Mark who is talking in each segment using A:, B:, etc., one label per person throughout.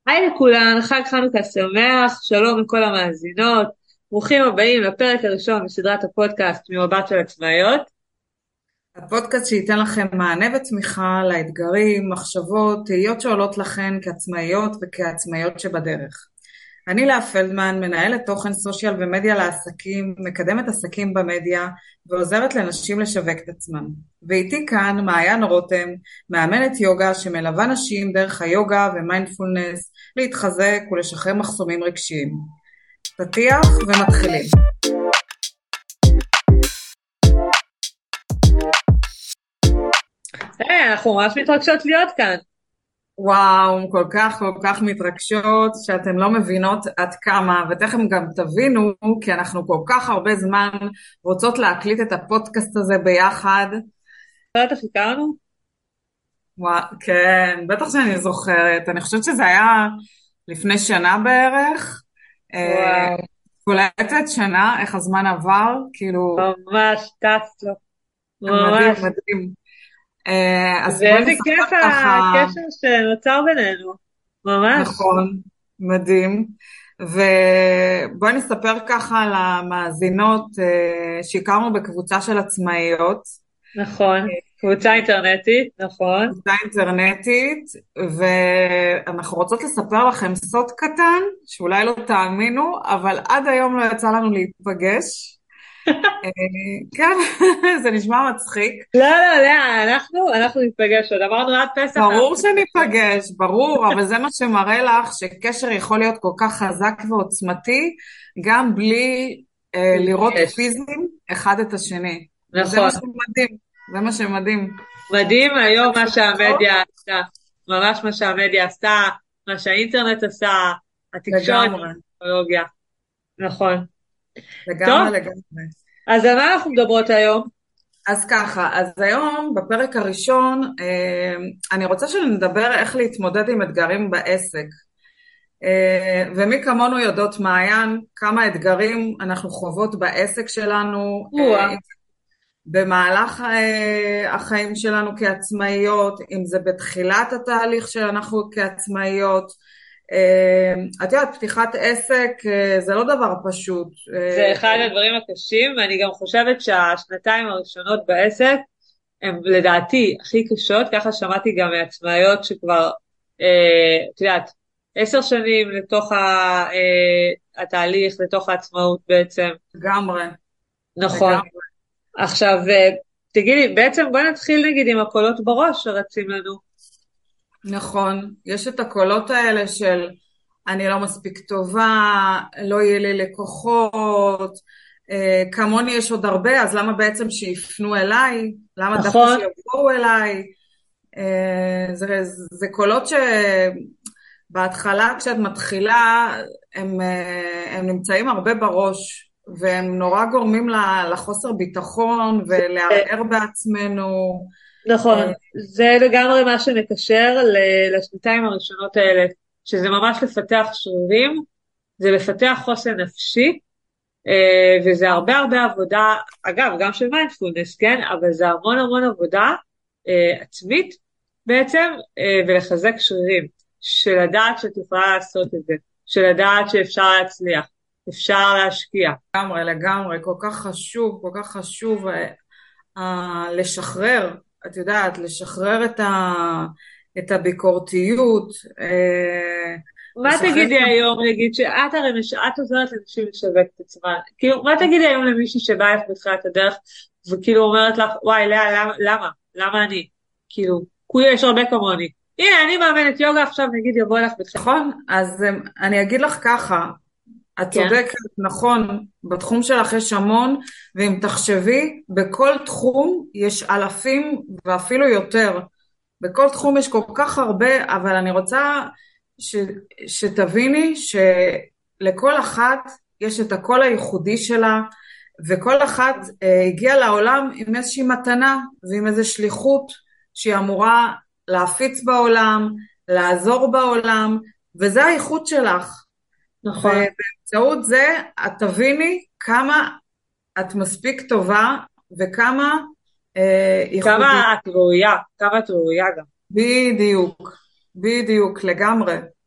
A: היי לכולן, חג חנוכה שמח, שלום לכל המאזינות, ברוכים הבאים לפרק הראשון בסדרת הפודקאסט ממבט של עצמאיות.
B: הפודקאסט שייתן לכם מענה ותמיכה לאתגרים, מחשבות, תהיות שעולות לכן כעצמאיות וכעצמאיות שבדרך. אני לאה פלדמן, מנהלת תוכן סושיאל ומדיה לעסקים, מקדמת עסקים במדיה ועוזרת לנשים לשווק את עצמן. ואיתי כאן מעיין רותם, מאמנת יוגה שמלווה נשים דרך היוגה ומיינדפולנס להתחזק ולשחרר מחסומים רגשיים. פתיח ומתחילים.
A: אנחנו ממש מתרגשות להיות כאן.
B: וואו, כל כך מתרגשות שאתם לא מבינות עד כמה, ותכף גם תבינו, כי אנחנו כל כך הרבה זמן רוצות להקליט את הפודקאסט הזה ביחד.
A: לא יודעת איך הכרנו?
B: וואו, כן, בטח שאני זוכרת. אני חושבת שזה היה לפני שנה בערך.
A: וואו,
B: קולטת שנה, איך הזמן עבר, כאילו,
A: ממש טס לו,
B: מדהים,
A: ממש.
B: מדהים. אז בואי
A: ואיזה
B: נספר
A: כיף
B: ככה.
A: הקשר שנוצר בינינו, ממש.
B: נכון, מדהים. ובואי נספר ככה למאזינות שהכרנו בקבוצה של עצמאיות,
A: נכון, קבוצה אינטרנטית, נכון.
B: קבוצה אינטרנטית, ואנחנו רוצות לספר לכם סוד קטן, שאולי לא תאמינו, אבל עד היום לא יצא לנו להיפגש. כן, זה נשמע מצחיק.
A: לא, לא, לא, אנחנו ניפגש עוד, אמרנו עד פסח.
B: ברור שניפגש, ברור, אבל זה מה שמראה לך שקשר יכול להיות כל כך חזק ועוצמתי, גם בלי לראות
A: יש,
B: פיזיים אחד את השני. וזה מה
A: נכון.
B: שמדהים, זה מה שמדהים.
A: מדהים היום מה
B: טוב,
A: שהמדיה עשתה, ממש מה שהמדיה עשתה, מה שהאינטרנט עשה, התקשורת
B: לגמרי,
A: והטכנולוגיה, נכון. טוב,
B: לגמרי, לגמרי.
A: אז על מה אנחנו מדברות היום?
B: אז ככה, אז היום בפרק הראשון, אני רוצה שנדבר איך להתמודד עם אתגרים בעסק. ומי כמונו יודעות מעיין כמה אתגרים אנחנו חוות בעסק שלנו,
A: או-אה,
B: במהלך החיים שלנו כעצמאיות, אם זה בתחילת התהליך שאנחנו כעצמאיות. את יודעת, פתיחת עסק זה לא דבר פשוט.
A: זה אחד הדברים הקשים, ואני גם חושבת שהשנתיים הראשונות בעסק הן לדעתי הכי קשות, ככה שמעתי גם מעצמאיות שכבר, את יודעת, 10 שנים לתוך התהליך, לתוך העצמאות בעצם,
B: לגמרי,
A: נכון.
B: לגמרי.
A: עכשיו, תגידי, בעצם בואי נתחיל נגיד עם הקולות בראש שרצים לנו.
B: נכון, יש את הקולות האלה של אני לא מספיק טובה, לא יהיה לי לקוחות, כמוני יש עוד הרבה, אז למה בעצם שיפנו אליי? למה דווקא
A: נכון,
B: שיבואו אליי? זה קולות שבהתחלה כשאת מתחילה הם נמצאים הרבה בראש, והם נורא גורמים לחוסר ביטחון ולערער בעצמנו.
A: נכון. זה לגמרי מה שמקשר לשנתיים הראשונות האלה, שזה ממש לפתח שרירים, זה לפתח חוסן נפשי, וזה הרבה הרבה עבודה, אגב, גם של מיינדפולנס, כן? אבל זה המון המון עבודה עצמית בעצם, ולחזק שרירים, של לדעת שאת יכולה לעשות את זה, של לדעת שאפשר להצליח, אפשר להשקיע.
B: לגמרי, לגמרי, כל כך חשוב, כל כך חשוב לשחרר, את יודעת, לשחרר את הביקורתיות,
A: מה
B: לשחרר
A: תגידי היום, נגיד, שאת הרי את עוזרת לנשים לשווק את עצמן, כאילו, מה תגידי היום למישהי שבאה לך בתחילת הדרך, וכאילו אומרת לך, וואי, לאה, למה אני? כאילו, יש הרבה כמוני. הנה, אני מאמנת יוגה, עכשיו נגיד יבוא לך בתחילת.
B: נכון, אז אני אגיד לך ככה, את
A: כן,
B: צודקת, נכון, בתחום שלך יש המון, ואם תחשבי, בכל תחום יש אלפים ואפילו יותר, בכל תחום יש כל כך הרבה, אבל אני רוצה ש, שתביני שלכל אחת יש את הקול הייחודי שלה, וכל אחת הגיעה לעולם עם איזושהי מתנה ועם איזו שליחות שהיא אמורה להפיץ בעולם, לעזור בעולם, וזה הייחוד שלך.
A: נכון.
B: ובאמצעות זה את תביני כמה את מספיק טובה וכמה ייחודית.
A: כמה את ראויה גם.
B: בדיוק, בדיוק, לגמרי.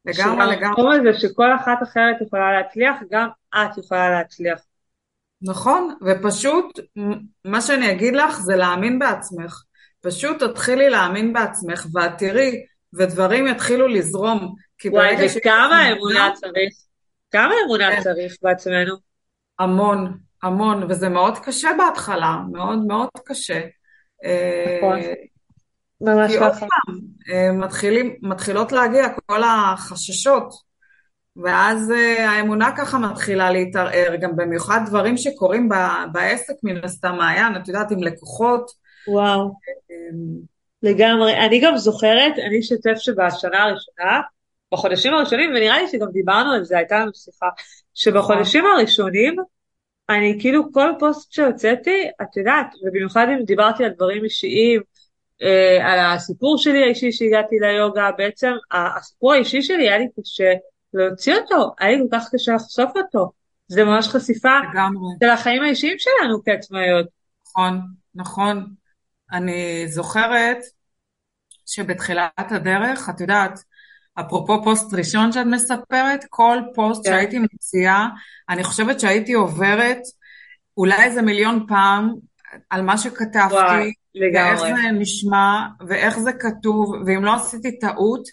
B: לגמרי, לגמרי.
A: שהמקום הזה שכל אחת אחרת יכולה להצליח, גם את יכולה להצליח.
B: נכון, ופשוט מה שאני אגיד לך זה להאמין בעצמך. פשוט תתחילי להאמין בעצמך ואת תראי, ודברים יתחילו לזרום. כי
A: וואי,
B: ברגע שיש לך
A: וכמה
B: אמונה,
A: אמונה צריך? כמה אמונה
B: כן,
A: צריך בעצמנו?
B: המון, המון, וזה מאוד קשה בהתחלה, מאוד מאוד קשה.
A: נכון,
B: אה,
A: ממש
B: כי עוד
A: ככה.
B: פעם, מתחילות להגיע כל החששות, ואז האמונה ככה מתחילה להתערער, גם במיוחד דברים שקורים בעסק מן הסתם, מעיין, את יודעת, עם לקוחות.
A: וואו,
B: אה,
A: לגמרי. אני גם זוכרת, אני אשתף שבשנה הראשונה, בחודשים הראשונים, ונראה לי שגם דיברנו על זה, הייתה לנו שיחה,
B: נכון,
A: שבחודשים הראשונים, אני כאילו כל פוסט שהוצאתי, את יודעת, ובמיוחד אם דיברתי על דברים אישיים, על הסיפור שלי האישי שהגעתי ליוגה, בעצם הסיפור האישי שלי היה לי קשה להוציא אותו, היה לי כל כך קשה לחשוף אותו. זה ממש חשיפה
B: לגמרי,
A: של החיים האישיים שלנו כעצמאיות.
B: נכון, נכון. אני זוכרת שבתחילת הדרך, את יודעת, אפרופו פוסט ראשון שאת מספרת, כל פוסט
A: כן,
B: שהייתי מציעה, אני חושבת שהייתי עוברת אולי איזה מיליון פעם על מה
A: וואי,
B: שכתבתי, ואיך
A: לגמרי.
B: זה נשמע, ואיך זה כתוב, ואם לא עשיתי טעות,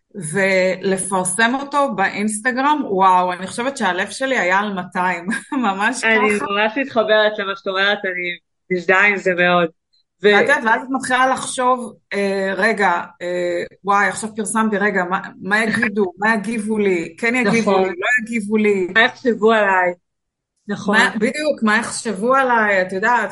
B: ולפרסם אותו באינסטגרם, וואו, אני חושבת שהלב שלי היה על 200, ממש
A: אני
B: ככה.
A: ממש מתחברת למה שאת אומרת, אני מזדהה עם זה מאוד. ו...
B: ואת יודעת, ואז את מתחילה לחשוב, רגע, וואי, עכשיו פרסמתי, רגע, מה יגידו, מה יגיבו לי, כן יגיבו לי,
A: נכון,
B: לא יגיבו לי,
A: מה יחשבו עליי, נכון,
B: בדיוק, מה יחשבו עליי, את יודעת,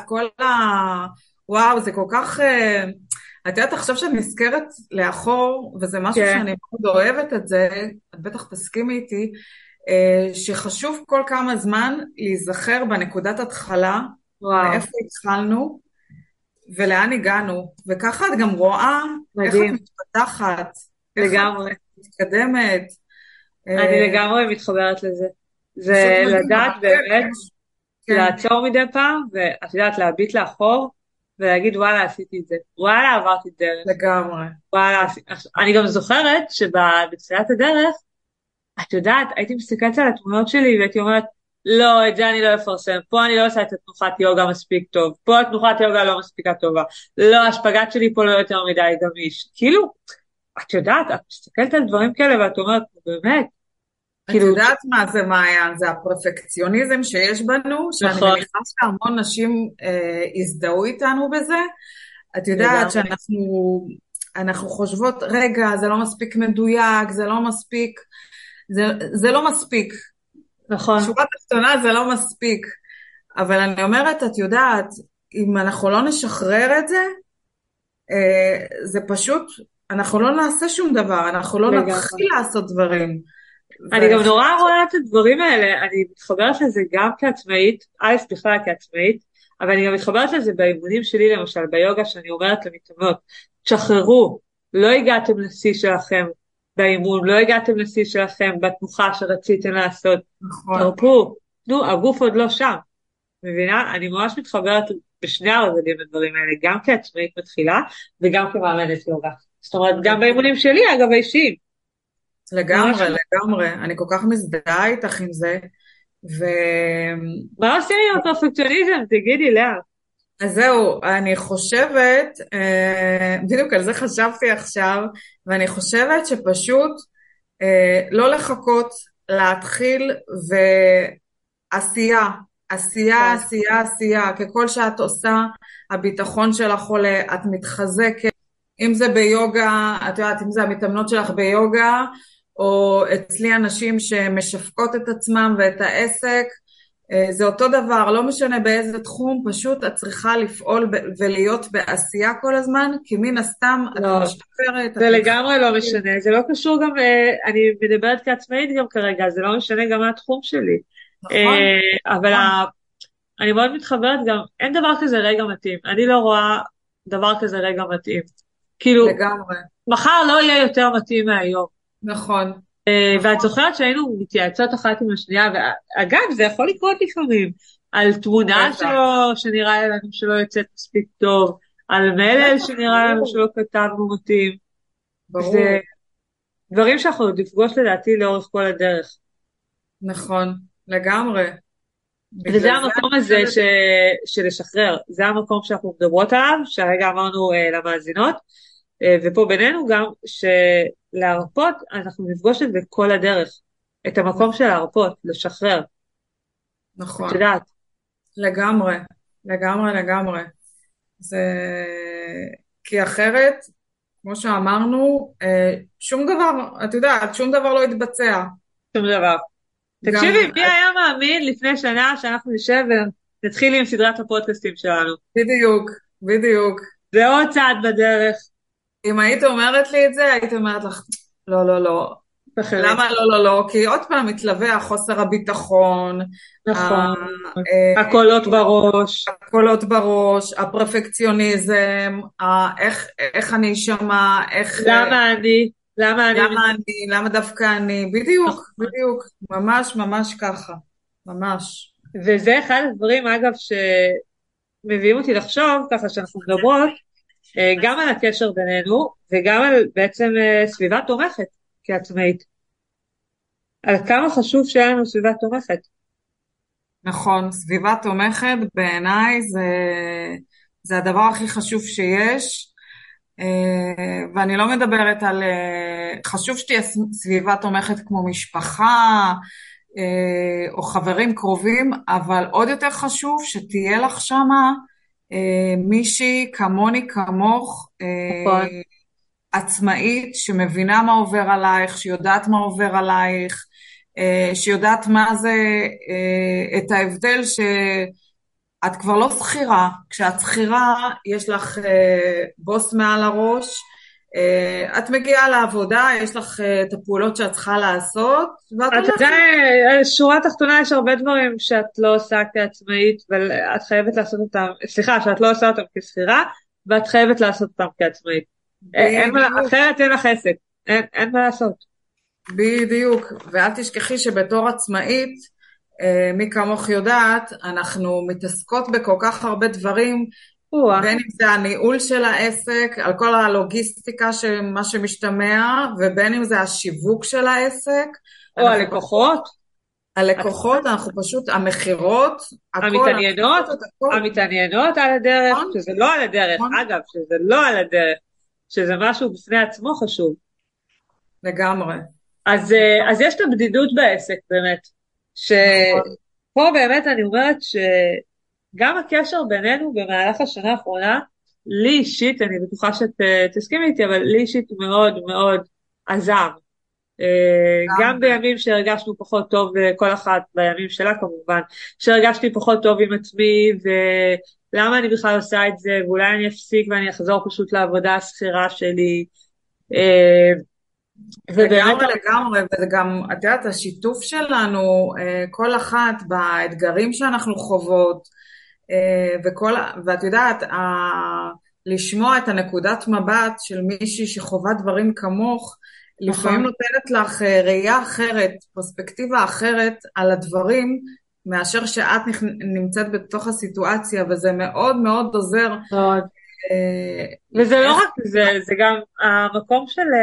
B: וואו, זה כל כך, את יודעת, עכשיו שאני נזכרת לאחור, וזה משהו
A: כן,
B: שאני מאוד אוהבת את זה, את בטח תסכימי איתי, שחשוב כל כמה זמן להיזכר בנקודת התחלה,
A: וואו,
B: מאיפה התחלנו, ולאן הגענו, וככה את גם רואה איך את
A: מדהים,
B: מתפתחת, איך את
A: לגמרי.
B: מתקדמת,
A: אני
B: אה,
A: לגמרי מתחברת לזה.
B: פשוט
A: זה
B: מדהים,
A: לדעת
B: אבל כן,
A: באמת
B: כן,
A: לעצור מדי פעם, ואת יודעת, להביט לאחור, ולהגיד וואלה עשיתי את זה, וואלה עברתי דרך,
B: לגמרי.
A: וואלה, אני גם זוכרת שבתחילת הדרך, את יודעת, הייתי מסתכלת על התמונות שלי והייתי אומרת, לא, את זה אני לא אפרסם, פה אני לא עושה את התנוחת יוגה מספיק טוב, פה התנוחת יוגה לא מספיקה טובה, לא, השפגת שלי פה לא יותר מדי גמיש, כאילו, את יודעת, את מסתכלת על דברים כאלה ואת אומרת, באמת,
B: את
A: כאילו,
B: יודעת מה זה מעיין, זה הפרפקציוניזם שיש בנו, שאני
A: נכון,
B: מניחה שהמון נשים הזדהו איתנו בזה. את יודעת
A: לגמרי,
B: שאנחנו חושבות, רגע, זה לא מספיק מדויק, זה לא מספיק, זה לא מספיק.
A: נכון,
B: שורה תחתונה זה לא מספיק. אבל אני אומרת, את יודעת, אם אנחנו לא נשחרר את זה, זה פשוט, אנחנו לא נעשה שום דבר, אנחנו לא
A: לגמרי.
B: נתחיל לעשות דברים.
A: אני
B: ואני
A: גם
B: חושבת
A: נורא רואה את הדברים האלה, אני מתחברת לזה גם כעצמאית, א', בכלל כעצמאית, אבל אני גם מתחברת לזה באימונים שלי, למשל ביוגה, שאני אומרת למתאמנות, תשחררו, לא הגעתם לשיא שלכם באימון, לא הגעתם לשיא שלכם בתנוחה שרציתם לעשות,
B: נכון.
A: תרפו, נו, הגוף עוד לא שם, מבינה? אני ממש מתחברת בשני הרבדים לדברים האלה, גם כעצמאית מתחילה, וגם כמאמנת יוגה. זאת אומרת, גם באימונים שלי, אגב, האישיים. ממש.
B: לגמרי, לגמרי. אני כל כך מזדהה איתך עם זה. ו...
A: מה עושים עם הפרפקציוניזם? תגידי, לאה.
B: אז זהו, אני חושבת, בדיוק על זה חשבתי עכשיו, ואני חושבת שפשוט לא לחכות, להתחיל ועשייה, עשייה,
A: כן.
B: עשייה, עשייה. ככל שאת עושה, הביטחון שלך עולה, את מתחזקת. אם זה ביוגה, את יודעת, אם זה המתאמנות שלך ביוגה, או אצלי אנשים שמשפקות את עצמם ואת העסק, זה אותו דבר, לא משנה באיזה תחום, פשוט את צריכה לפעול ולהיות בעשייה כל הזמן, כי מן הסתם את
A: לא,
B: משתפרת,
A: זה
B: את
A: לגמרי לא
B: מתחזקת.
A: משנה, זה לא קשור גם, אני מדברת כעצמאית גם כרגע, זה לא משנה גם מה התחום שלי.
B: נכון?
A: אבל
B: נכון,
A: אני מאוד מתחברת גם, אין דבר כזה רגע מתאים, אני לא רואה דבר כזה רגע מתאים. כאילו,
B: לגמרי,
A: מחר לא יהיה יותר מתאים מהיום.
B: נכון,
A: ואת
B: נכון,
A: זוכרת שהיינו מתייעצות אחת עם השנייה, ואגב, זה יכול לקרות לפעמים, על תמונה
B: בטח,
A: שלו, שנראה לנו שלא יוצאת מספיק טוב, על מלל
B: בטח,
A: שנראה לנו
B: ברור,
A: שלא כתבנו מתאים. זה,
B: ברור.
A: דברים שאנחנו עוד נפגוש לדעתי לאורך כל הדרך.
B: נכון, לגמרי.
A: וזה
B: בגלל זה
A: המקום
B: אני
A: הזה
B: חושבת,
A: של לשחרר, זה המקום שאנחנו מדברות עליו, שהרגע אמרנו למאזינות, ופה בינינו גם, שלהרפות אנחנו נפגוש את זה כל הדרך, את המקום של להרפות, לשחרר, את
B: נכון,
A: יודעת.
B: לגמרי, לגמרי, לגמרי. זה... כי אחרת, כמו שאמרנו, שום דבר, את יודעת, שום דבר לא יתבצע.
A: שום דבר.
B: גם,
A: תקשיבי, מי היה מאמין לפני שנה שאנחנו נשב ונתחיל עם סדרת הפודקאסטים שלנו?
B: בדיוק, בדיוק.
A: זה עוד צעד בדרך.
B: אם היית אומרת לי את זה, היית אומרת לך, לא, לא, לא.
A: אחרים.
B: למה לא, לא, לא? כי עוד פעם מתלווה החוסר הביטחון,
A: נכון. הקולות
B: אה,
A: בראש.
B: הקולות בראש, הפרפקציוניזם, איך אני אשמע,
A: למה אני? למה אני?
B: למה אני, למה דווקא אני, בדיוק,
A: נכון.
B: בדיוק, ממש ממש ככה, ממש.
A: וזה אחד הדברים, אגב, שמביאים אותי לחשוב, ככה שאנחנו מדברות, גם על הקשר בינינו, וגם על בעצם סביבה תומכת כעצמאית. על כמה חשוב שהיה לנו סביבה תומכת.
B: נכון, סביבה תומכת בעיניי זה הדבר הכי חשוב שיש, ואני לא מדברת על, חשוב שתהיה סביבה תומכת כמו משפחה, או חברים קרובים, אבל עוד יותר חשוב שתהיה לך שמה מישהי כמוני כמוך,
A: נכון.
B: עצמאית שמבינה מה עובר עלייך, שיודעת מה עובר עלייך, שיודעת מה זה, את ההבדל שאת כבר לא שכירה, כשאת שכירה יש לך בוס מעל הראש, את מגיעה לעבודה, יש לך את הפעולות שאת צריכה לעשות, ואת
A: אתה יודע,
B: הולכת.
A: שורה תחתונה יש הרבה דברים שאת לא עושה כעצמאית, ואת חייבת לעשות אותם, סליחה, שאת לא עושה אותם כשכירה, ואת חייבת לעשות אותם כעצמאית.
B: בדיוק,
A: אחרת אין לך עסק, אין מה לעשות.
B: בדיוק, ואל תשכחי שבתור עצמאית, מי כמוך יודעת, אנחנו מתעסקות בכל כך הרבה דברים,
A: או-אה.
B: בין אם זה הניהול של העסק, על כל הלוגיסטיקה מה שמשתמע, ובין אם זה השיווק של העסק,
A: או
B: אנחנו פשוט,
A: הלקוחות,
B: הלקוחות, אנחנו פשוט, המכירות, הכל, אנחנו
A: המתעניינות,
B: עושות את הכל,
A: המתעניינות על הדרך,
B: נכון?
A: שזה לא על הדרך,
B: נכון?
A: אגב, שזה לא על הדרך, שזה משהו בפני עצמו חשוב.
B: לגמרי,
A: אז יש את הבדידות בעסק באמת,
B: נכון,
A: שפה באמת אני אומרת שגם הקשר בינינו במהלך השנה האחרונה, לי אישית, אני בטוחה שאת תסכימי איתי, אבל לי אישית מאוד מאוד עזר. גם
B: לגמרי,
A: בימים שהרגשנו פחות טוב, כל אחת בימים שלה כמובן, שהרגשתי פחות טוב עם עצמי, ולמה אני בכלל עושה את זה, ואולי אני אפסיק ואני אחזור פשוט לעבודה השכירה שלי, אה, ובאמת,
B: לגמרי, לגמרי, וזה גם, את יודעת, השיתוף שלנו, כל אחת באתגרים שאנחנו חוות, ואת יודעת, לשמוע את הנקודת מבט של מישהי שחווה דברים כמוך, לפעמים
A: נכון,
B: נותנת לך ראייה אחרת, פרספקטיבה אחרת על הדברים, מאשר שאת נמצאת בתוך הסיטואציה, וזה מאוד מאוד עוזר.
A: מאוד.
B: אה,
A: וזה לא
B: איך,
A: רק זה, זה גם המקום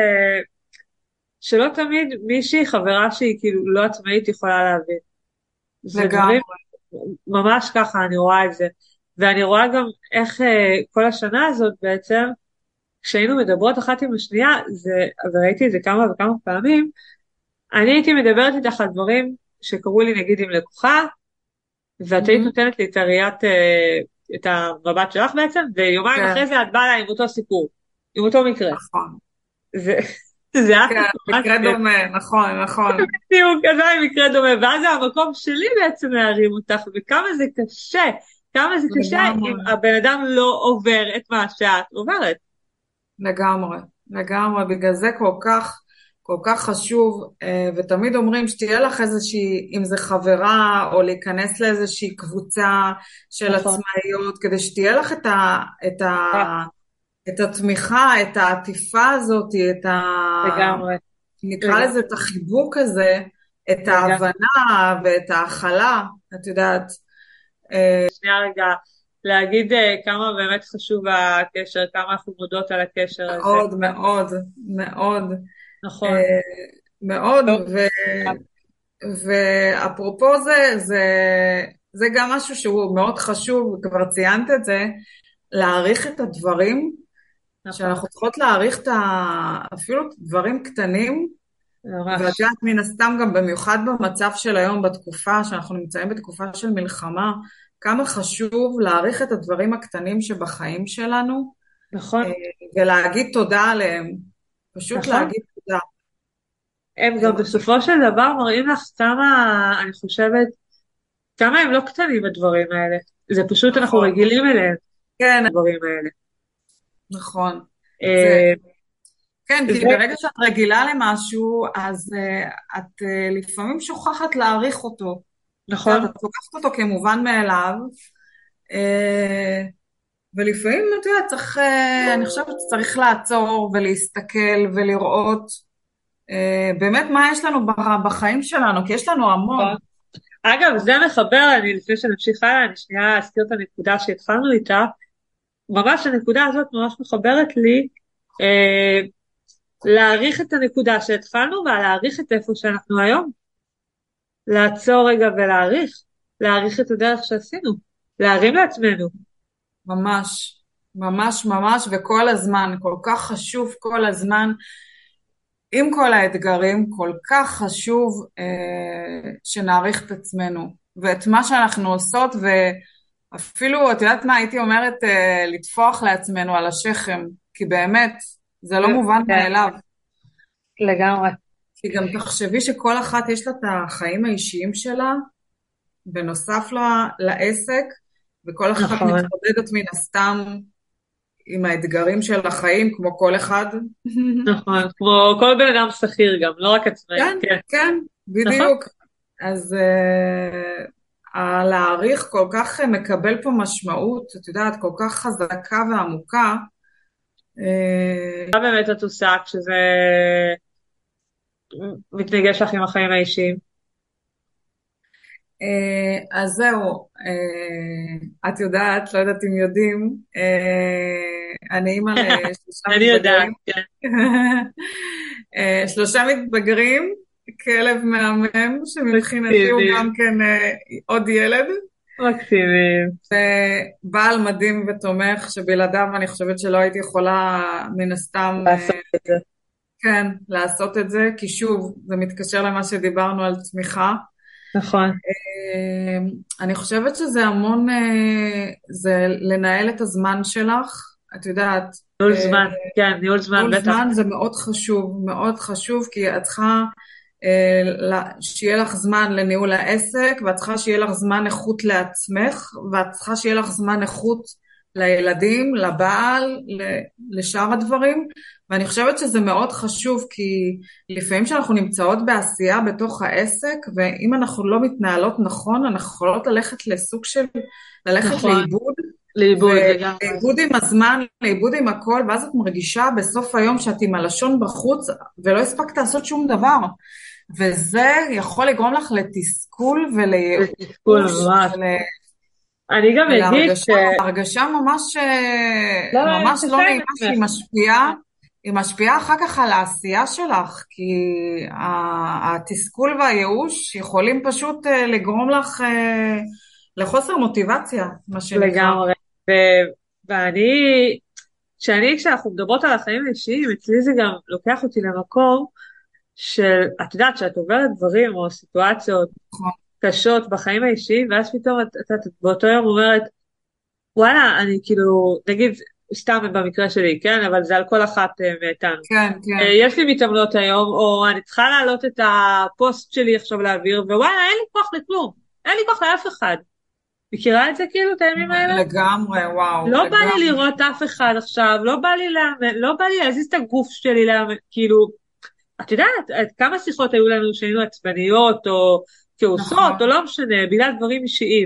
A: שלא תמיד מישהי חברה שהיא כאילו לא עצמאית יכולה להבין. זה
B: לגמרי,
A: דברים, ממש ככה אני רואה את זה. ואני רואה גם איך כל השנה הזאת בעצם, כשהיינו מדברות אחת עם השנייה, וראיתי את זה כמה וכמה פעמים, אני הייתי מדברת איתך על דברים שקרו לי נגיד עם לקוחה, ואת היית
B: Mhm,
A: נותנת לי את הראיית, את המבט שלך בעצם, ויומיים
B: כן,
A: אחרי זה את באה לה עם אותו סיפור, עם אותו מקרה.
B: נכון,
A: זה, זה היה
B: כן,
A: ממש
B: מקרה דומה, נכון, נכון,
A: בדיוק, אז היה מקרה דומה, ואז זה המקום שלי בעצם להרים אותך, וכמה זה קשה, כמה זה קשה אם
B: לגמרי.
A: הבן אדם לא עובר את מה שאת עוברת.
B: לגמרי, לגמרי, בגלל זה כל כך חשוב, ותמיד אומרים שתהיה לך איזושהי, אם זה חברה, או להיכנס לאיזושהי קבוצה של
A: נכון,
B: עצמאיות, כדי שתהיה לך
A: אה,
B: את התמיכה, את העטיפה הזאת,
A: לגמרי,
B: נקרא
A: לגמרי,
B: לזה את החיבוק הזה, את
A: לגמרי.
B: ההבנה ואת ההכלה, את יודעת,
A: שנייה רגע, להגיד כמה באמת חשוב הקשר, כמה אנחנו מודות על הקשר הזה.
B: מאוד מאוד מאוד,
A: נכון.
B: מאוד,
A: טוב.
B: ואפרופו זה גם משהו שהוא מאוד חשוב, כבר ציינת את זה, להעריך את הדברים,
A: נכון,
B: שאנחנו צריכות להעריך אפילו דברים קטנים, ואת
A: ממש.
B: יודעת מן הסתם גם במיוחד במצב של היום, בתקופה שאנחנו נמצאים בתקופה של מלחמה, כמה חשוב להעריך את הדברים הקטנים שבחיים שלנו,
A: נכון,
B: אה, ולהגיד תודה עליהם, פשוט
A: נכון.
B: להגיד תודה.
A: הם
B: זה
A: גם
B: משהו,
A: בסופו של דבר מראים לך כמה, אני חושבת, כמה הם לא קטנים הדברים האלה. זה פשוט אנחנו
B: נכון,
A: רגילים אליהם,
B: כן,
A: הדברים האלה.
B: נכון. זה,
A: אה,
B: כן, כי
A: זה
B: ברגע שאת רגילה למשהו, אז את לפעמים שוכחת להעריך אותו. את יודעת,
A: נכון,
B: את לוקחת אותו כמובן מאליו, אה, ולפעמים, את יודעת, אני חושבת שצריך לעצור ולהסתכל ולראות באמת מה יש לנו בחיים שלנו, כי יש לנו המון.
A: נכון. אגב, זה מחבר, אני לפני שנמשיך הלאה, אני שנייה אזכיר את הנקודה שהתחלנו איתה. ממש הנקודה הזאת ממש מחברת לי אה, להעריך את הנקודה שהתחלנו ולהעריך את איפה שאנחנו היום. לעצור רגע ולהעריך, להעריך את הדרך שעשינו, להרים לעצמנו.
B: ממש, ממש, ממש, וכל הזמן, כל כך חשוב כל הזמן, עם כל האתגרים, כל כך חשוב שנעריך את עצמנו, ואת מה שאנחנו עושות, ואפילו, את יודעת מה, הייתי אומרת, לטפוח לעצמנו על השכם, כי באמת, זה לא מובן
A: כן,
B: מאליו.
A: לגמרי.
B: כי גם תחשבי שכל אחת יש לה את החיים האישיים שלה, בנוסף לעסק, וכל אחת
A: נכון,
B: מתמודדת מן הסתם עם האתגרים של החיים, כמו כל אחד.
A: נכון, כמו כל בן אדם שכיר גם, לא רק עצמאי,
B: כן,
A: כן,
B: כן,
A: נכון,
B: בדיוק. אז הלהעריך כל כך מקבל פה משמעות, את יודעת, כל כך חזקה ועמוקה.
A: מה באמת את עושה כשזה מתנגש לך עם החיים האישיים?
B: אז זהו, את יודעת, לא יודעת אם יודעים, אני אימא לשלושה
A: אני יודעת,
B: מתבגרים.
A: כן,
B: שלושה מתבגרים, כלב מהמם, שמבחינתי הוא
A: מקסימים,
B: גם כן עוד ילד,
A: מקסימים,
B: בעל מדהים ותומך, שבלעדיו אני חושבת שלא הייתי יכולה מן הסתם,
A: לעשות את זה,
B: כן, לעשות את זה, כי שוב, זה מתקשר למה שדיברנו על צמיחה.
A: נכון,
B: אני חושבת שזה המון, זה לנהל את הזמן שלך, את יודעת,
A: ניהול זמן, כן, ניהול זמן,
B: ניהול
A: בטח,
B: זמן זה מאוד חשוב, כי את צריכה שיהיה לך זמן לניהול העסק, ואת צריכה שיהיה לך זמן איכות לעצמך, ואת צריכה שיהיה לך זמן איכות לילדים, לבעל, לשאר הדברים, ואני חושבת שזה מאוד חשוב, כי לפעמים שאנחנו נמצאות בעשייה בתוך העסק, ואם אנחנו לא מתנהלות נכון, אנחנו יכולות ללכת לסוג של, ללכת
A: נכון,
B: לאיבוד,
A: לאיבוד לגמרי,
B: ולאיבוד עם הזמן, לאיבוד עם הכל, ואז את מרגישה בסוף היום שאת עם הלשון בחוץ, ולא הספקת לעשות שום דבר. וזה יכול לגרום לך לתסכול
A: זה תסכול
B: ולייאוש
A: ממש, אני גם אגיד ש...
B: ולהרגשה ממש,
A: לא,
B: ממש לא
A: קשה עם
B: נעימה שהיא
A: עצמך,
B: משפיעה, היא משפיעה אחר כך על העשייה שלך, כי התסכול והייאוש יכולים פשוט לגרום לך לחוסר מוטיבציה, מה שנקרא.
A: לגמרי, ואני, כשאנחנו מדברות על החיים האישיים, אצלי זה גם לוקח אותי למקום של, את יודעת, שאת עוברת דברים או סיטואציות קשות בחיים האישיים, ואז פתאום את באותו יום אומרת, וואלה, אני כאילו, נגיד, סתם במקרה שלי, כן, אבל זה על כל אחת מאיתנו.
B: כן, כן,
A: יש לי מתאמנות היום, או אני צריכה להעלות את הפוסט שלי עכשיו לאוויר, ווואלה, אין לי כוח לכלום, אין לי כוח לאף אחד. מכירה את זה כאילו, את הימים האלה?
B: לגמרי, וואו,
A: לא בא לי
B: לגמרי,
A: לראות אף אחד עכשיו, לא בא לי לאמן, לא בא לי להזיז את הגוף שלי לאמן, כאילו, את יודעת, כמה שיחות היו לנו שהיינו עצבניות, או כעוסות, או
B: נכון,
A: לא משנה, בגלל דברים אישיים.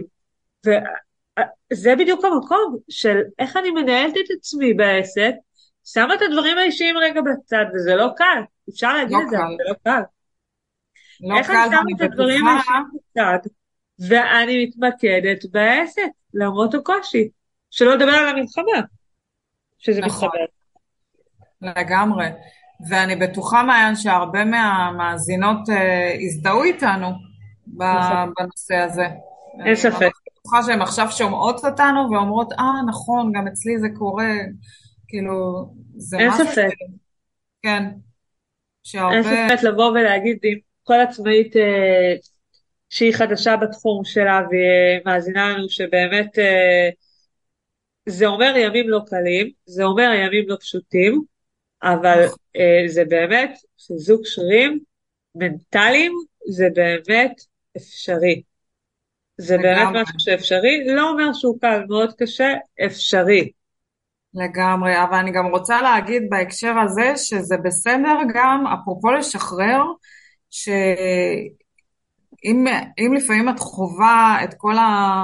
A: וזה בדיוק המקום של איך אני מנהלת את עצמי בעסק, שמה את הדברים האישיים רגע בצד, וזה לא קל, אפשר להגיד
B: לא
A: את זה, אבל
B: קל,
A: זה לא קל.
B: לא
A: איך אני
B: קל,
A: שמה
B: ואני
A: את הדברים
B: בטוחה,
A: האישיים בצד, ואני מתמקדת בעסק, למרות הקושי, שלא לדבר על המלחמה, שזה
B: נכון,
A: מתחבר.
B: לגמרי. ואני בטוחה, מעיין, שהרבה מהמאזינות הזדהו איתנו
A: נכון,
B: בנושא הזה.
A: אין
B: אני ממש
A: ספק,
B: בטוחה שהן עכשיו שומעות אותנו ואומרות, נכון, גם אצלי זה קורה. כאילו, זה
A: אין
B: משהו
A: ספק,
B: כן,
A: אין
B: שהרבה,
A: ספק לבוא ולהגיד אם כל עצמאית שהיא חדשה בתחום שלה והיא מאזינה לנו שבאמת זה אומר ימים לא קלים, זה אומר ימים לא פשוטים, אבל
B: נכון,
A: זה באמת חיזוק שרירים מנטליים, זה באמת אפשרי. זה באמת
B: לגמרי,
A: משהו שאפשרי, לא אומר שהוא קל, מאוד קשה, אפשרי.
B: לגמרי, אבל אני גם רוצה להגיד בהקשר הזה שזה בסדר גם, אפרופו לשחרר, שאם אם לפעמים את חווה את כל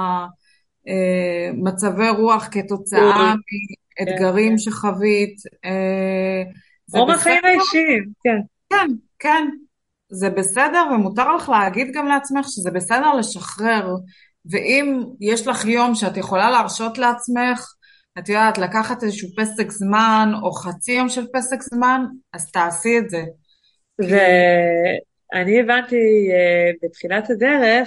B: המצבי רוח כתוצאה
A: אוי, כן.
B: מאתגרים שחווית, זה
A: או
B: בסדר,
A: מהחיים האישיים, כן.
B: כן, כן, זה בסדר ומותר לך להגיד גם לעצמך שזה בסדר לשחרר, ואם יש לך יום שאת יכולה להרשות לעצמך, את יודעת, לקחת איזשהו פסק זמן או חצי יום של פסק זמן, אז תעשי את זה. כי
A: ואני הבנתי בתחילת הדרך,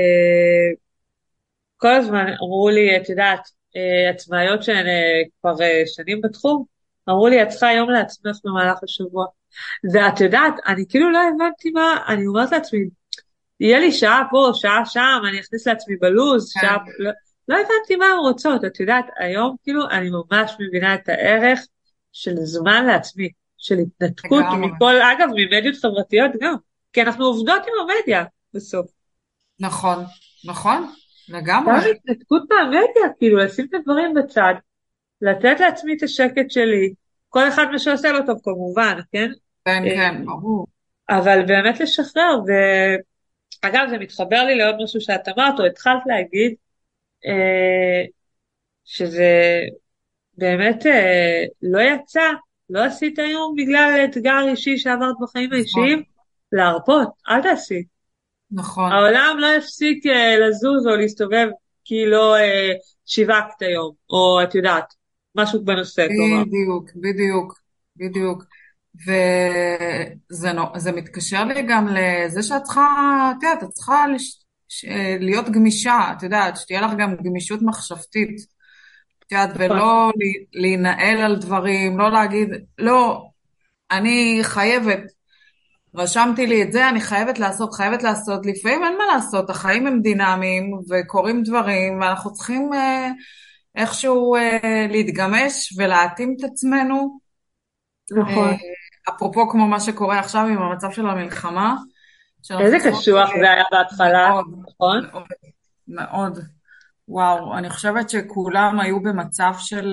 A: כל הזמן אמרו לי, את יודעת, עצמאיות שהן כבר שנים בתחום, אמרו לי, את צריכה יום לעצמך במהלך השבוע. ואת יודעת, אני כאילו לא הבנתי מה, אני אומרת לעצמי, יהיה לי שעה פה, שעה שם, אני אכניס לעצמי בלוז,
B: כן,
A: שעה, לא, לא הבנתי מה הן רוצות, את יודעת, היום כאילו אני ממש מבינה את הערך של זמן לעצמי, של התנתקות
B: לגמרי,
A: מכל, אגב, ממדיות חברתיות גם, כי אנחנו עובדות עם המדיה בסוף.
B: נכון, נכון,
A: גם
B: לגמרי,
A: התנתקות מהמדיה, כאילו לשים את הדברים בצד, לתת לעצמי את השקט שלי, כל אחד מה שעושה לו טוב כמובן, כן?
B: כן,
A: אה,
B: כן, ברור,
A: אבל באמת לשחרר, ואגב זה מתחבר לי לעוד משהו שאת אמרת או התחלת להגיד, אה, שזה באמת לא יצא, לא עשית היום בגלל אתגר אישי שעברת בחיים האישיים,
B: נכון,
A: להרפות, אל תעשי.
B: נכון,
A: העולם לא יפסיק לזוז או להסתובב כי לא שיווקת היום, או את יודעת, משהו בנושא, כלומר.
B: בדיוק, בדיוק, בדיוק. זה מתקשר לי גם לזה שאת צריכה, את יודעת, את צריכה להיות גמישה, את יודעת, שתהיה לך גם גמישות מחשבתית, את יודעת,
A: נכון,
B: ולא להינעל על דברים, לא להגיד, לא, אני חייבת, רשמתי לי את זה, אני חייבת לעשות, לפעמים אין מה לעשות, החיים הם דינמיים וקורים דברים, ואנחנו צריכים איכשהו להתגמש ולהתאים את עצמנו. אה,
A: נכון.
B: אפרופו כמו מה שקורה עכשיו עם המצב של המלחמה,
A: איזה
B: שאנחנו צריכות
A: קשוח זה היה בהתחלה,
B: מאוד,
A: נכון?
B: מאוד, מאוד, וואו, אני חושבת שכולם היו במצב של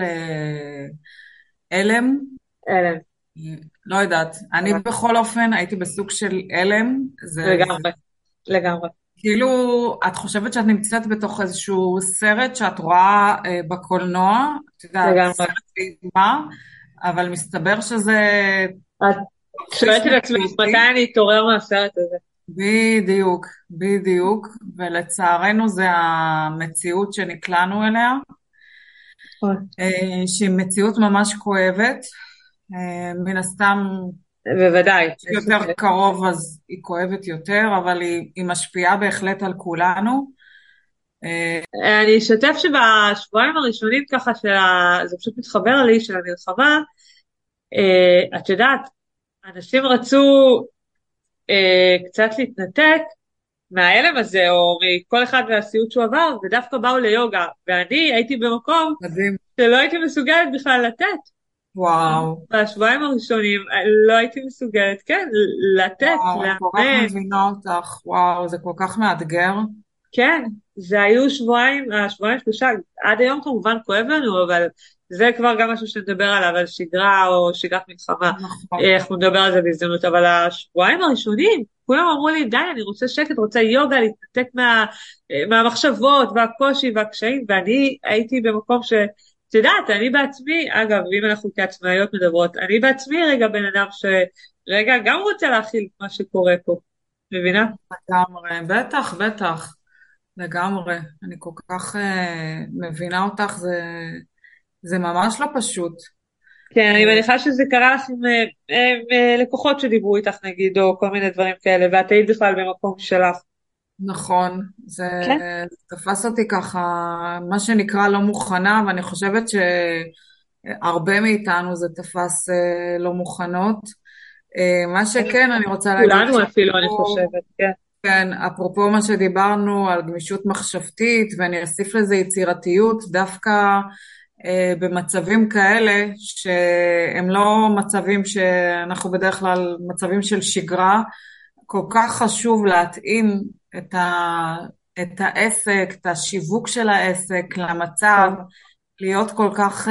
B: הלם,
A: אלה,
B: לא יודעת, אני בכל אופן הייתי בסוג של הלם, זה
A: לגמרי, לגמרי,
B: כאילו, את חושבת שאת נמצאת בתוך איזשהו סרט שאת רואה בקולנוע, את יודעת,
A: לגמרי.
B: סרט אימה, אבל מסתבר שזה
A: את
B: בסיס
A: שואלת את עצמך מתי
B: מציאותי.
A: אני אתעורר מהסרט הזה.
B: בדיוק, בדיוק, ולצערנו זה המציאות שנקלענו אליה,
A: נכון.
B: שהיא מציאות ממש כואבת, מן הסתם
A: בוודאי, אין
B: יותר
A: ספק.
B: קרוב אז היא כואבת יותר, אבל היא משפיעה בהחלט על כולנו.
A: אני אשתף שבשבועיים הראשונים ככה זה פשוט מתחבר לי, של המלחמה, את יודעת, אנשים רצו קצת להתנתק מההלם הזה, או מכל אחד מהסיוט שהוא עבר, ודווקא באו ליוגה, ואני הייתי במקום
B: מדהים,
A: שלא הייתי מסוגלת בכלל לתת.
B: וואו,
A: בשבועיים הראשונים לא הייתי מסוגלת, כן, לתת,
B: וואו, אני כל כך
A: לאמן,
B: מבינה אותך, וואו, זה כל כך מאתגר.
A: כן, זה היו שבועיים, השבועיים שלושה, עד היום כמובן כואב לנו, אבל זה כבר גם משהו שנדבר עליו, על שגרה או שגרת מלחמה,
B: נכון,
A: אנחנו נדבר על זה בהזדמנות, אבל השבועיים הראשונים, כולם אמרו לי, די, אני רוצה שקט, רוצה יוגה, להתנתק מהמחשבות והקושי והקשיים, ואני הייתי במקום את יודעת, אני בעצמי, אגב, אם אנחנו כעצמאיות מדברות, אני בעצמי רגע בן אדם שרגע גם רוצה להכיל את מה שקורה פה, מבינה?
B: לגמרי, בטח, בטח, לגמרי. אני כל כך מבינה אותך, זה ממש לא פשוט.
A: כן, אני מניחה שזה קרה לך עם לקוחות שדיברו איתך נגיד, או כל מיני דברים כאלה, ואת היית בכלל במקום שלך.
B: נכון,
A: כן.
B: זה תפס אותי ככה, מה שנקרא לא מוכנה, ואני חושבת שהרבה מאיתנו זה תפס לא מוכנות. מה שכן, אני רוצה להגיד
A: כולנו אפילו, אני
B: שאפרופו,
A: חושבת, כן.
B: כן, אפרופו מה שדיברנו על גמישות מחשבתית, ואני אוסיף לזה יצירתיות, דווקא במצבים כאלה, שהם לא מצבים שאנחנו בדרך כלל מצבים של שגרה, כל כך חשוב להתאים את העסק, את השיווק של העסק למצב,
A: נכון.
B: להיות כל כך,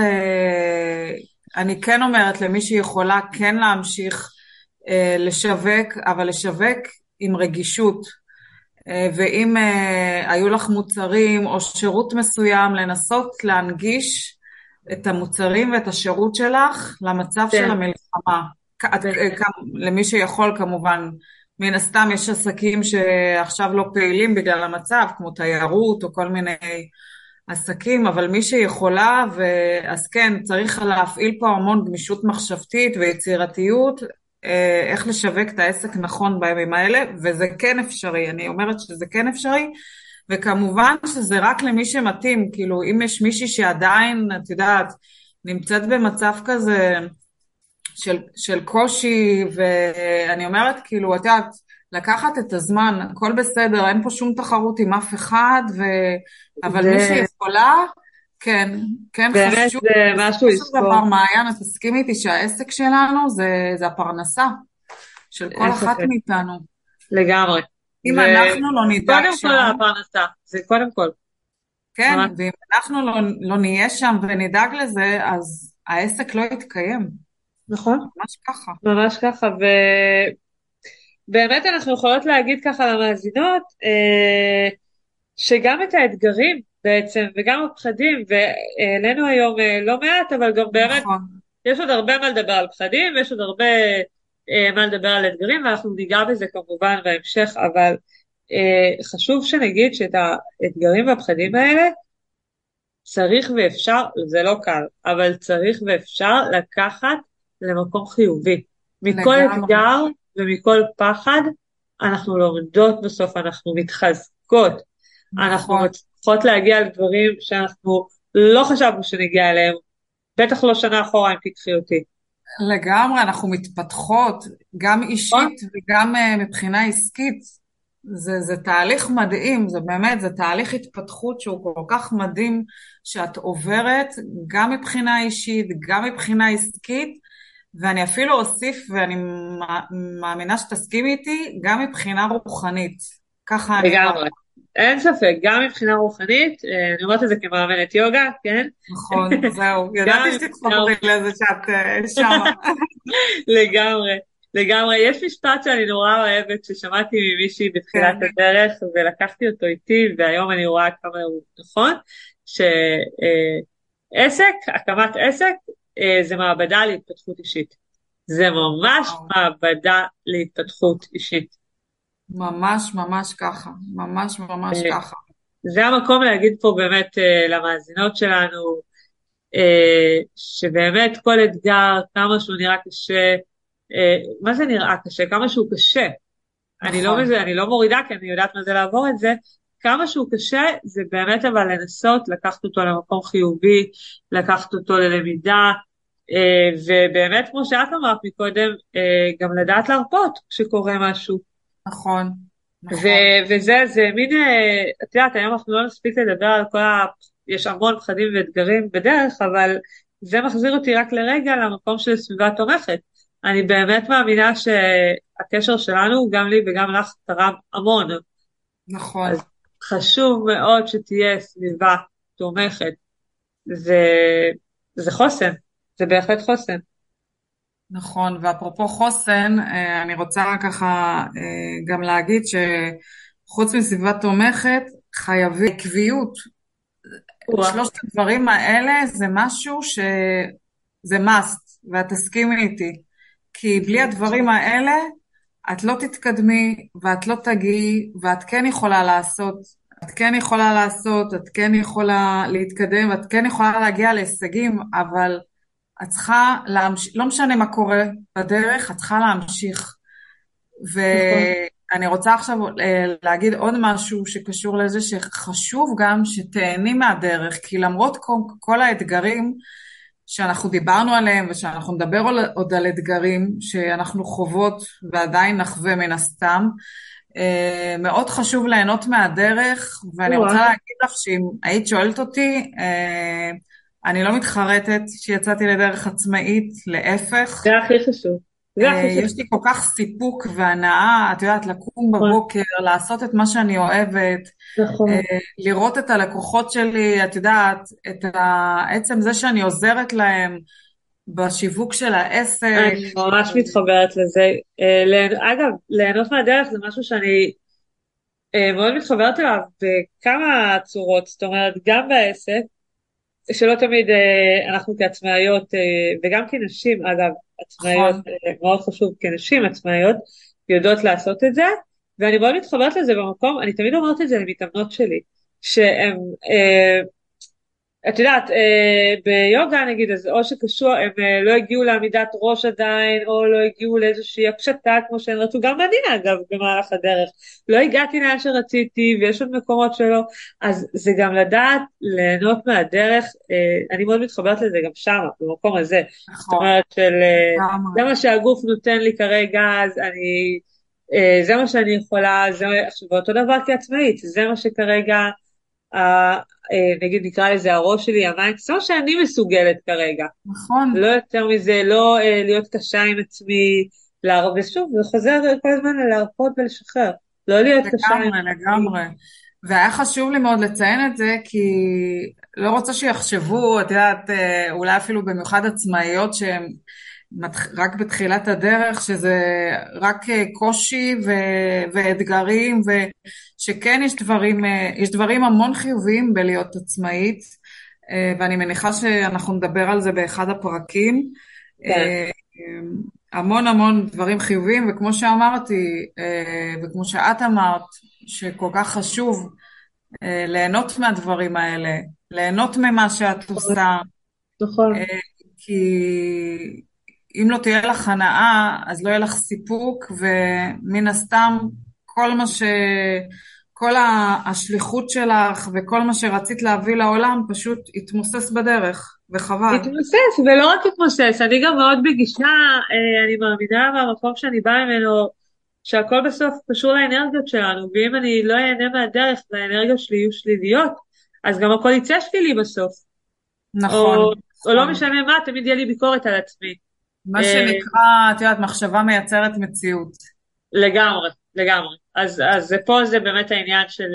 B: אני כן אומרת למי שיכולה כן להמשיך לשווק, אבל לשווק עם רגישות. ואם היו לך מוצרים או שירות מסוים, לנסות להנגיש את המוצרים ואת השירות שלך למצב של
A: כן,
B: המלחמה.
A: בהחלט.
B: למי שיכול כמובן, מן הסתם יש עסקים שעכשיו לא פעילים בגלל המצב, כמו תיירות או כל מיני עסקים, אבל מי שיכולה, אז כן, צריך להפעיל פה המון גמישות מחשבתית ויצירתיות, איך לשווק את העסק נכון בימים האלה, וזה כן אפשרי, אני אומרת שזה כן אפשרי, וכמובן שזה רק למי שמתאים, כאילו אם יש מישהי שעדיין, את יודעת, נמצאת במצב כזה של קושי, ואני אומרת, כאילו, את יודעת, לקחת את הזמן, הכל בסדר, אין פה שום תחרות עם אף אחד, אבל מי
A: זה
B: שיכולה, כן, כן
A: באמת
B: חשוב,
A: זה משהו
B: בסופו של דבר,
A: לזכור,
B: מעיין, את תסכימי איתי שהעסק שלנו זה הפרנסה של כל
A: אין
B: אחת
A: ספק,
B: מאיתנו.
A: לגמרי.
B: אם אנחנו לא נדאג
A: וקודם כל
B: שם,
A: הפרנסה, זה קודם כל,
B: כן,
A: ממש
B: ואם אנחנו לא נהיה שם ונדאג לזה, אז העסק לא יתקיים.
A: נכון,
B: ממש ככה.
A: ממש ככה, ובאמת אנחנו יכולות להגיד ככה למאזינות, שגם את האתגרים בעצם, וגם הפחדים, והעלינו היום לא מעט, אבל גם באמת
B: נכון,
A: יש עוד הרבה מה לדבר על פחדים, ויש עוד הרבה מה לדבר על אתגרים, ואנחנו ניגע בזה כמובן בהמשך, אבל חשוב שנגיד שאת האתגרים והפחדים האלה צריך ואפשר, זה לא קל, אבל צריך ואפשר לקחת למקום חיובי. מכל
B: לגמרי.
A: אתגר ומכל פחד אנחנו לומדות בסוף, אנחנו מתחזקות, אנחנו
B: נכון,
A: מצליחות להגיע לדברים שאנחנו לא חשבנו שנגיע אליהם, בטח לא שנה אחורה אם תיקחי אותי.
B: לגמרי, אנחנו מתפתחות, גם
A: נכון?
B: אישית וגם מבחינה עסקית. זה תהליך מדהים, זה באמת, זה תהליך התפתחות שהוא כל כך מדהים שאת עוברת, גם מבחינה אישית, גם מבחינה עסקית, ואני אפילו אוסיף, ואני מאמינה שתסכימי איתי, גם מבחינה רוחנית. ככה אני רואה.
A: לגמרי. אין ספק, גם מבחינה רוחנית, אני אומרת את זה כמאמנת יוגה, כן?
B: נכון, זהו.
A: גם
B: ידעתי
A: מבחינה
B: שתתחברי לזה שאת שמה.
A: לגמרי, לגמרי. יש משפט שאני נורא אוהבת, ששמעתי ממישהי בתחילת
B: כן,
A: הדרך, ולקחתי אותו איתי, והיום אני רואה כמה הוא נכון, שעסק, הקמת עסק, זה מעבדה להתפתחות אישית. זה ממש
B: וואו.
A: מעבדה להתפתחות אישית.
B: ממש ממש ככה, ממש ממש
A: אה,
B: ככה.
A: זה המקום להגיד פה באמת למאזינות שלנו, שבאמת כל אתגר, כמה שהוא נראה קשה, מה זה נראה קשה? כמה שהוא קשה.
B: נכון,
A: אני לא מורידה כי אני יודעת מה זה לעבור את זה, כמה שהוא קשה זה באמת אבל לנסות לקחת אותו למקום חיובי, לקחת אותו ללמידה, ובאמת כמו שאת אמרת מקודם, גם לדעת להרפות כשקורה משהו.
B: נכון, נכון,
A: זה מין, את יודעת, היום אנחנו לא נספיק לדבר על יש המון פחדים ואתגרים בדרך, אבל זה מחזיר אותי רק לרגע למקום של סביבה תומכת. אני באמת מאמינה שהקשר שלנו, גם לי וגם לך, תרם המון.
B: נכון,
A: אז חשוב מאוד שתהיה סביבה תומכת. זה, זה חוסן, זה בהחלט חוסן.
B: נכון. ואפרופו חוסן, אני רוצה ככה גם להגיד שחוץ מסביבה תומכת, חייבים עקביות.
A: וואה,
B: שלושת הדברים האלה זה משהו שזה must, ואת תסכימי איתי. כי בלי
A: זה
B: הדברים האלה, את לא תתקדמי, ואת לא תגיעי, ואת כן יכולה לעשות, את כן יכולה לעשות, את כן יכולה להתקדם, ואת כן יכולה להגיע להישגים, אבל את צריכה להמשיך, לא משנה מה קורה בדרך, את צריכה להמשיך.
A: נכון.
B: ואני רוצה עכשיו להגיד עוד משהו שקשור לזה, שחשוב גם שתהני מהדרך, כי למרות כל האתגרים שאנחנו דיברנו עליהם, ושאנחנו נדבר עוד על אתגרים שאנחנו חוות ועדיין נחווה מן הסתם, מאוד חשוב ליהנות מהדרך, ואני רוצה
A: או-אה.
B: להגיד לך שאם היית שואלת אותי, אני לא מתחרטת שיצאתי לדרך עצמאית, להפך.
A: זה הכי חשוב. זה הכי
B: יש
A: חשוב.
B: לי כל כך סיפוק והנאה, את יודעת, לקום
A: נכון.
B: בבוקר, לעשות את מה שאני אוהבת, אה,
A: נכון.
B: לראות את הלקוחות שלי, את יודעת, עצם זה שאני עוזרת להם בשיווק של העסק.
A: אני ממש מתחברת לזה. אגב, ליהנות מהדרך זה משהו שאני מאוד מתחברת אליו בכמה צורות, זאת אומרת, גם בעסק, שלא תמיד אנחנו כעצמאיות, וגם כנשים, אגב, עצמאיות,
B: נכון,
A: מאוד חשוב כנשים עצמאיות, יודעות לעשות את זה, ואני מאוד מתחברת לזה במקום, אני תמיד אומרת את זה למתאמנות שלי, שהן את יודעת, ביוגה נגיד, אז או שקשור, הם לא הגיעו לעמידת ראש עדיין, או לא הגיעו לאיזושהי הקשתה כמו שהם רצו, גם אני אגב, במהלך הדרך. לא הגעתי לאן שרציתי, ויש עוד מקומות שלא, אז זה גם לדעת ליהנות מהדרך, אני מאוד מתחברת לזה גם שם, במקום הזה. זאת
B: נכון,
A: אומרת,
B: לגמרי.
A: זה מה שהגוף נותן לי כרגע, אז אני, זה מה שאני יכולה, עכשיו, ואותו דבר כעצמאית, זה מה שכרגע, נגיד נקרא לזה הראש שלי, המיינד, זה מה שאני מסוגלת כרגע.
B: נכון,
A: לא יותר מזה, לא להיות קשה עם עצמי, ושוב, זה חוזר כל הזמן להרפות ולשחרר. לא להיות קשה עם
B: לגמרי,
A: עצמי.
B: לגמרי. והיה חשוב לי מאוד לציין את זה, כי לא רוצה שיחשבו, את יודעת, אולי אפילו במיוחד עצמאיות שהן רק בתחילת הדרך, שזה רק קושי ואתגרים, ושכן יש דברים המון חיוביים בלהיות עצמאית, ואני מניחה שאנחנו נדבר על זה באחד הפרקים.
A: כן,
B: המון המון דברים חיוביים, וכמו שאמרתי, וכמו שאת אמרת, שכל כך חשוב ליהנות מהדברים האלה, ליהנות ממה שאת
A: נכון,
B: עושה,
A: נכון.
B: אה, כי אם לא תהיה לך הנאה, אז לא יהיה לך סיפוק, ומן הסתם כל מה ש... כל השליחות שלך וכל מה שרצית להביא לעולם פשוט יתמוסס בדרך, וחבל.
A: התמוסס, ולא רק התמוסס, אני גם מאוד בגישה, אני מאמינה מהמקום שאני באה ממנו, שהכל בסוף קשור לאנרגיות שלנו, ואם אני לא אהנה מהדרך והאנרגיות שלי יהיו שליליות, אז גם הכל יצא שלילי בסוף. או,
B: נכון,
A: או לא
B: נכון.
A: משנה מה, תמיד יהיה לי ביקורת על עצמי.
B: מה
A: אה,
B: שנקרא, את יודעת, מחשבה מייצרת מציאות.
A: לגמרי, לגמרי. אז פה זה באמת העניין של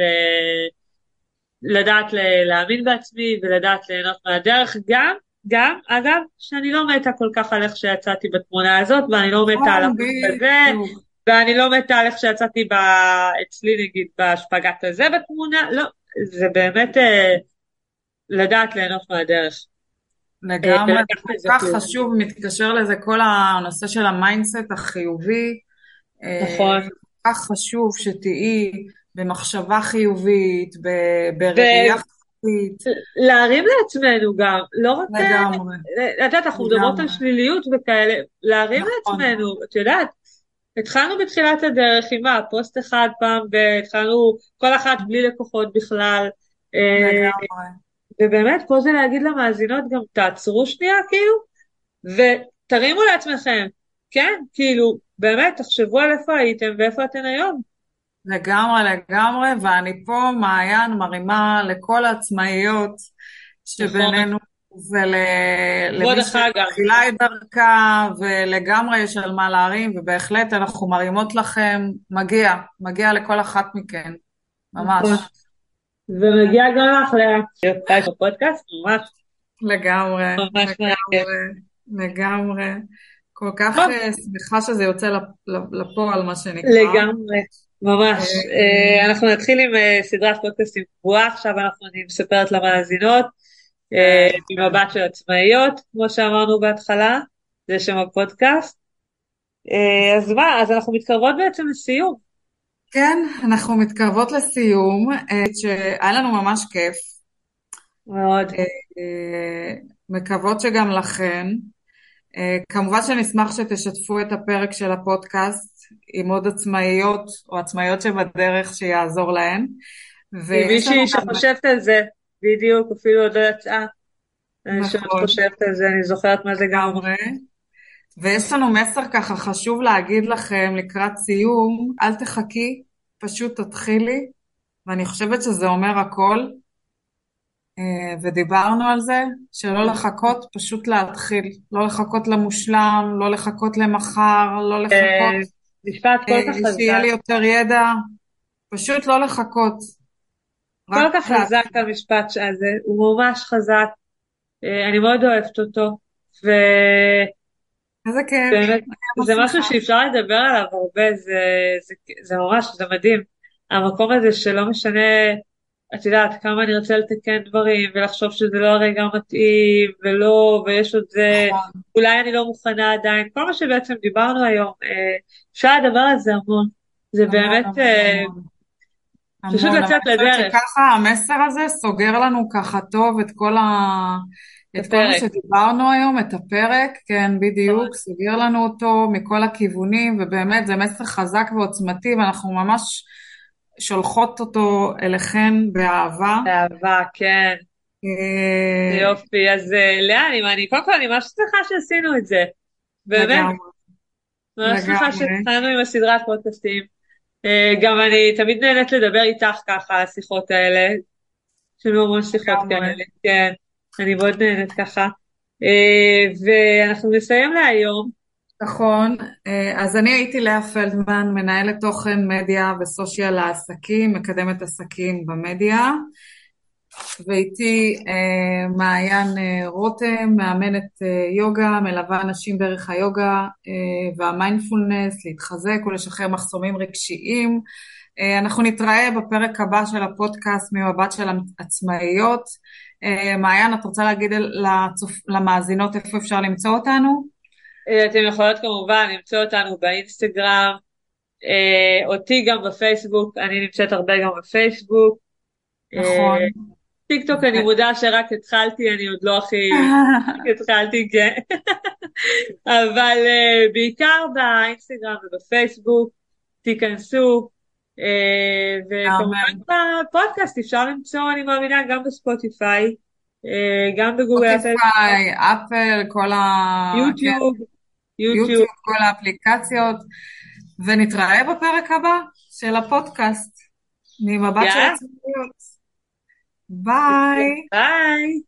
A: לדעת להאמין בעצמי ולדעת ליהנות מהדרך, גם, אגב, שאני לא מתה כל כך על איך שיצאתי בתמונה הזאת, ואני לא מתה על
B: נכון,
A: הפוסט הזה,
B: בדיוק.
A: ואני לא מתה על איך שיצאתי אצלי נגיד בשפגת הזה בתמונה, לא, זה באמת לדעת ליהנות מהדרך,
B: לגמרי, זה
A: ולקחת
B: כל
A: את זה
B: כך
A: חיוב.
B: חשוב, מתקשר לזה כל הנושא של המיינדסט החיובי,
A: נכון.
B: כל כך חשוב שתהיי במחשבה חיובית, בראייה חיובית,
A: ולהרים לעצמנו גם, לא רק,
B: לגמרי,
A: את יודעת, אנחנו מדברות על
B: לגמרי,
A: שליליות וכאלה, להרים
B: נכון,
A: לעצמנו, את יודעת, התחלנו בתחילת הדרך עם מה, פוסט אחד פעם, והתחלנו כל אחת בלי לקוחות בכלל,
B: לגמרי,
A: ובאמת פה זה להגיד למאזינות גם תעצרו שנייה כאילו, ותרימו לעצמכם, כן, כאילו, באמת תחשבו על איפה הייתם ואיפה אתן היום,
B: לגמרי, לגמרי, ואני פה מעיין מרימה לכל העצמאיות
A: נכון,
B: שבינינו,
A: כבוד
B: ולמי
A: החג גם,
B: שמתחילה את דרכה, ולגמרי יש על מה להרים, ובהחלט אנחנו מרימות לכם, מגיע לכל אחת מכן,
A: נכון,
B: ממש,
A: ומגיע גם לך להיות בפודקאסט, ממש,
B: לגמרי,
A: ממש מעניין.
B: לגמרי, לגמרי, כל כך
A: טוב,
B: שמחה שזה יוצא לפועל, מה שנקרא.
A: לגמרי, ממש.
B: אה,
A: אנחנו נתחיל עם סדרת פודקאסטים קבועה, עכשיו אני מספרת למאזינות,
B: כן,
A: ממבט של עצמאיות, כמו שאמרנו בהתחלה, זה שם הפודקאסט. אז מה, אז אנחנו מתקרבות בעצם לסיום.
B: כן, אנחנו מתקרבות לסיום, שהיה לנו ממש כיף.
A: מאוד.
B: אה, מקוות שגם לכן. כמובן שנשמח שתשתפו את הפרק של הפודקאסט עם עוד עצמאיות או עצמאיות שבדרך שיעזור להן.
A: עם
B: ויש לנו
A: מישהי
B: גם...
A: שחושבת על זה, בדיוק, אפילו עוד לא יצאה. אני שאת
B: נכון,
A: חושבת על זה, אני זוכרת מה זה גם.
B: לגמרי. ויש לנו מסר ככה חשוב להגיד לכם לקראת סיום, אל תחכי, פשוט תתחילי, ואני חושבת שזה אומר הכל, ודיברנו על זה, שלא לחכות, פשוט להתחיל, לא לחכות למושלם, לא לחכות למחר, לא לחכות
A: משפט כל כך
B: שיהיה
A: חזק,
B: לי יותר ידע, פשוט לא לחכות,
A: כל
B: רק
A: כך חזק
B: להתחיל.
A: המשפט הזה, הוא ממש חזק, אני מאוד אוהבת אותו, ובאמת
B: איזה כיף, אני
A: זה
B: ממש
A: משהו
B: שמחה.
A: שאפשר לדבר עליו הרבה, זה ממש, זה מדהים. המקום הזה שלא משנה, את יודעת, כמה אני רוצה לתקן דברים, ולחשוב שזה לא הרגע המתאים, ולא, ויש עוד זה,
B: נכון,
A: אולי אני לא מוכנה עדיין, כל מה שבעצם דיברנו היום, אפשר לדבר על זה המון. זה
B: המון
A: באמת
B: המון המון.
A: פשוט
B: המון, אבל
A: לצאת
B: אני חושבת
A: לדרך,
B: שככה המסר הזה סוגר לנו ככה טוב
A: את
B: את כל מה
A: הפרק.
B: שדיברנו היום, את הפרק, כן, בדיוק, סוגר לנו אותו מכל הכיוונים, ובאמת זה מסר חזק ועוצמתי, ואנחנו ממש שולחות אותו אליכן באהבה.
A: אהבה, כן,
B: אה,
A: יופי. אז לאה, קודם כל אני ממש שמחה שעשינו את זה, באמת,
B: לגמרי,
A: ממש שמחה
B: לגמרי,
A: שהתחלנו עם הסדרת פודקאסטים. גם אני תמיד נהנית לדבר איתך ככה, השיחות האלה, יש לנו המון שיחות
B: לגמרי.
A: כאלה, כן, אני מאוד נהנית ככה. ואנחנו נסיים להיום.
B: נכון, אז אני הייתי לאה פלדמן, מנהלת תוכן, מדיה וסושיאל לעסקים, מקדמת עסקים במדיה. ואיתי מעיין רותם, מאמנת יוגה, מלווה אנשים דרך היוגה והמיינדפולנס, להתחזק ולשחרר מחסומים רגשיים. אנחנו נתראה בפרק הבא של הפודקאסט ממבט של עצמאיות. מעיין, את רוצה להגיד למאזינות איפה אפשר למצוא אותנו?
A: אתם יכולות כמובן למצוא אותנו באינסטגרם, אותי גם בפייסבוק, אני נמצאת הרבה גם בפייסבוק.
B: נכון.
A: טיק טוק אני מודה שרק התחלתי, אני עוד לא הכי התחלתי, כן. אבל בעיקר באינסטגרם ובפייסבוק, תיכנסו, וכמובן
B: אמן.
A: בפודקאסט אפשר למצוא, אני מאמינה, גם בספוטיפיי, גם בגוגל אפל,
B: ספוטיפיי, אפל, כן,
A: יוטיוב, יוטיוב,
B: יוטיוב, כל האפליקציות, ונתראה בפרק הבא של הפודקאסט, ממבט של
A: יאללה,
B: עצמאיות. ביי.
A: ביי.